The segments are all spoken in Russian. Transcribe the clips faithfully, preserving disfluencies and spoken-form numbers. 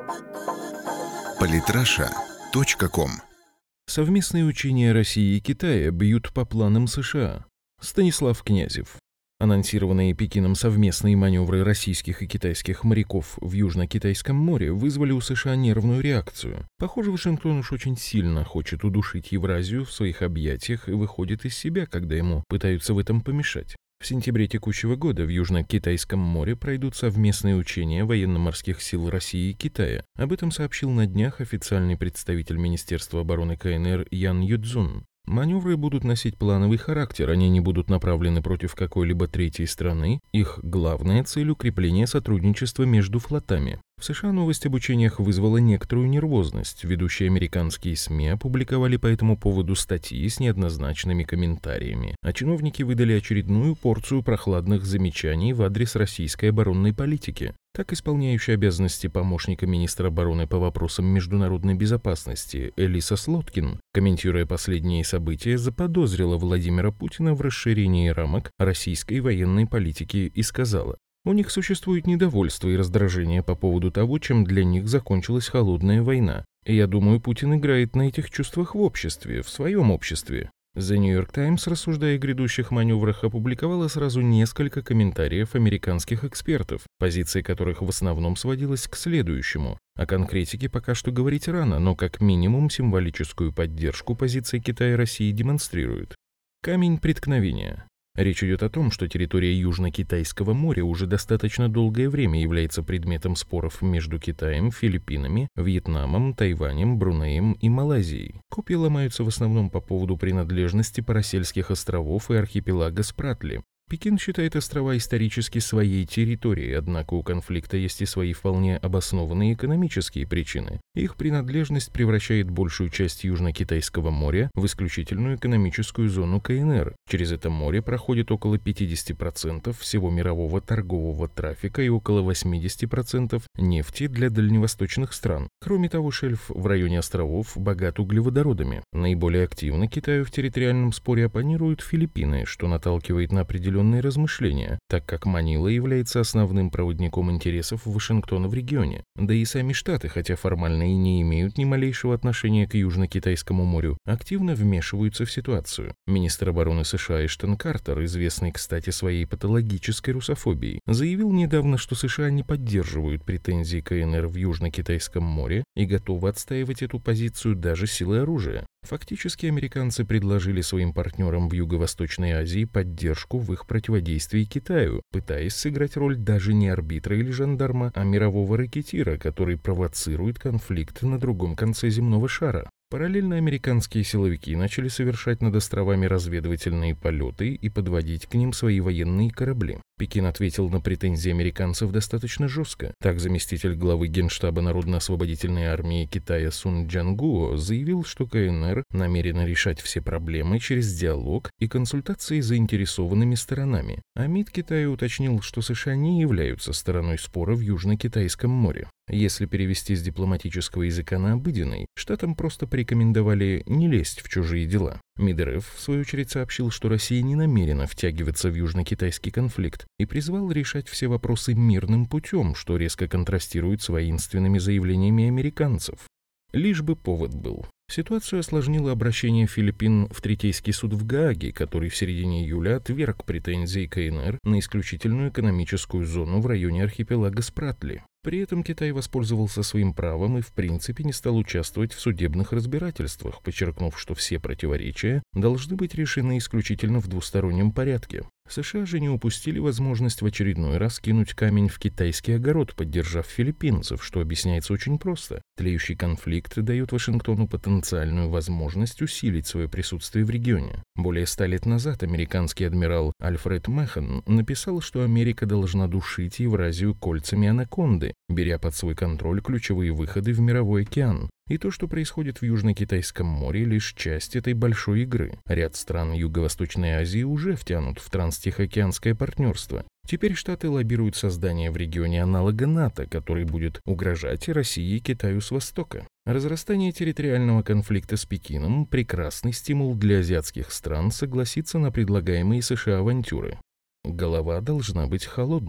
политраша точка ком. Совместные учения России и Китая бьют по планам США. Станислав Князев. Анонсированные Пекином совместные маневры российских и китайских моряков в Южно-Китайском море вызвали у США нервную реакцию. Похоже, Вашингтон уж очень сильно хочет удушить Евразию в своих объятиях и выходит из себя, когда ему пытаются в этом помешать. В сентябре текущего года в Южно-Китайском море пройдут совместные учения военно-морских сил России и Китая. Об этом сообщил на днях официальный представитель Министерства обороны КНР Ян Юцзун. Маневры будут носить плановый характер, они не будут направлены против какой-либо третьей страны. Их главная цель – укрепление сотрудничества между флотами. В США новость об учениях вызвала некоторую нервозность. Ведущие американские СМИ опубликовали по этому поводу статьи с неоднозначными комментариями, а чиновники выдали очередную порцию прохладных замечаний в адрес российской оборонной политики. Так, исполняющая обязанности помощника министра обороны по вопросам международной безопасности Элиса Слоткин, комментируя последние события, заподозрила Владимира Путина в расширении рамок российской военной политики и сказала: «У них существует недовольство и раздражение по поводу того, чем для них закончилась холодная война. И я думаю, Путин играет на этих чувствах в обществе, в своем обществе». The New York Times, рассуждая о грядущих маневрах, опубликовала сразу несколько комментариев американских экспертов, позиция которых в основном сводилась к следующему. О конкретике пока что говорить рано, но как минимум символическую поддержку позиции Китая и России демонстрирует. Камень преткновения. Речь идет о том, что территория Южно-Китайского моря уже достаточно долгое время является предметом споров между Китаем, Филиппинами, Вьетнамом, Тайванем, Брунеем и Малайзией. Копья ломаются в основном по поводу принадлежности Парасельских островов и архипелага Спратли. Пекин считает острова исторически своей территорией, однако у конфликта есть и свои вполне обоснованные экономические причины. Их принадлежность превращает большую часть Южно-Китайского моря в исключительную экономическую зону КНР. Через это море проходит около пятьдесят процентов всего мирового торгового трафика и около восемьдесят процентов нефти для дальневосточных стран. Кроме того, шельф в районе островов богат углеводородами. Наиболее активно Китаю в территориальном споре оппонируют Филиппины, что наталкивает на определенные размышления, так как Манила является основным проводником интересов Вашингтона в регионе. Да и сами Штаты, хотя формально и не имеют ни малейшего отношения к Южно-Китайскому морю, активно вмешиваются в ситуацию. Министр обороны США Эштон Картер, известный, кстати, своей патологической русофобией, заявил недавно, что США не поддерживают претензии КНР в Южно-Китайском море и готовы отстаивать эту позицию даже силой оружия. Фактически американцы предложили своим партнерам в Юго-Восточной Азии поддержку в их противодействии Китаю, пытаясь сыграть роль даже не арбитра или жандарма, а мирового рэкетира, который провоцирует конфликт на другом конце земного шара. Параллельно американские силовики начали совершать над островами разведывательные полеты и подводить к ним свои военные корабли. Пекин ответил на претензии американцев достаточно жестко. Так, заместитель главы Генштаба Народно-освободительной армии Китая Сун Джангуо заявил, что КНР намерена решать все проблемы через диалог и консультации с заинтересованными сторонами. А МИД Китая уточнил, что США не являются стороной спора в Южно-Китайском море. Если перевести с дипломатического языка на обыденный, штатам просто порекомендовали не лезть в чужие дела. МИД РФ, в свою очередь, сообщил, что Россия не намерена втягиваться в южно-китайский конфликт и призвал решать все вопросы мирным путем, что резко контрастирует с воинственными заявлениями американцев. Лишь бы повод был. Ситуацию осложнило обращение Филиппин в Третейский суд в Гааге, который в середине июля отверг претензии КНР на исключительную экономическую зону в районе архипелага Спратли. При этом Китай воспользовался своим правом и в принципе не стал участвовать в судебных разбирательствах, подчеркнув, что все противоречия должны быть решены исключительно в двустороннем порядке. США же не упустили возможность в очередной раз кинуть камень в китайский огород, поддержав филиппинцев, что объясняется очень просто. Тлеющий конфликт дает Вашингтону потенциальную возможность усилить свое присутствие в регионе. Более ста лет назад американский адмирал Альфред Мэхан написал, что Америка должна душить Евразию кольцами анаконды, беря под свой контроль ключевые выходы в мировой океан. И то, что происходит в Южно-Китайском море, лишь часть этой большой игры. Ряд стран Юго-Восточной Азии уже втянут в транстихоокеанское партнерство. Теперь Штаты лоббируют создание в регионе аналога НАТО, который будет угрожать и России, и Китаю с востока. Разрастание территориального конфликта с Пекином – прекрасный стимул для азиатских стран согласиться на предлагаемые США авантюры. Голова должна быть холодной.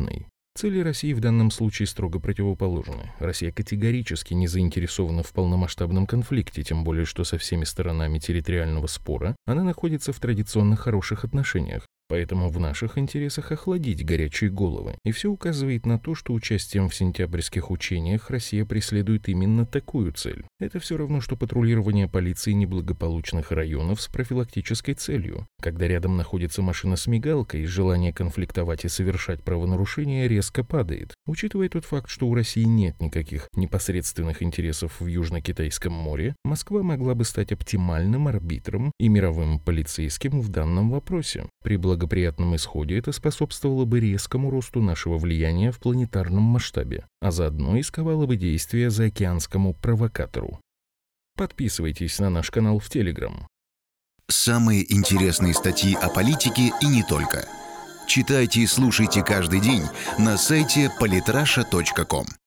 Цели России в данном случае строго противоположны. Россия категорически не заинтересована в полномасштабном конфликте, тем более что со всеми сторонами территориального спора она находится в традиционно хороших отношениях. Поэтому в наших интересах охладить горячие головы. И все указывает на то, что участием в сентябрьских учениях Россия преследует именно такую цель. Это все равно, что патрулирование полиции неблагополучных районов с профилактической целью. Когда рядом находится машина с мигалкой, желание конфликтовать и совершать правонарушения резко падает. Учитывая тот факт, что у России нет никаких непосредственных интересов в Южно-Китайском море, Москва могла бы стать оптимальным арбитром и мировым полицейским в данном вопросе. При благоприятном исходе это способствовало бы резкому росту нашего влияния в планетарном масштабе, а заодно и сковало бы действия заокеанскому провокатору. Подписывайтесь на наш канал в Telegram. Самые интересные статьи о политике и не только. Читайте и слушайте каждый день на сайте политраша точка ком.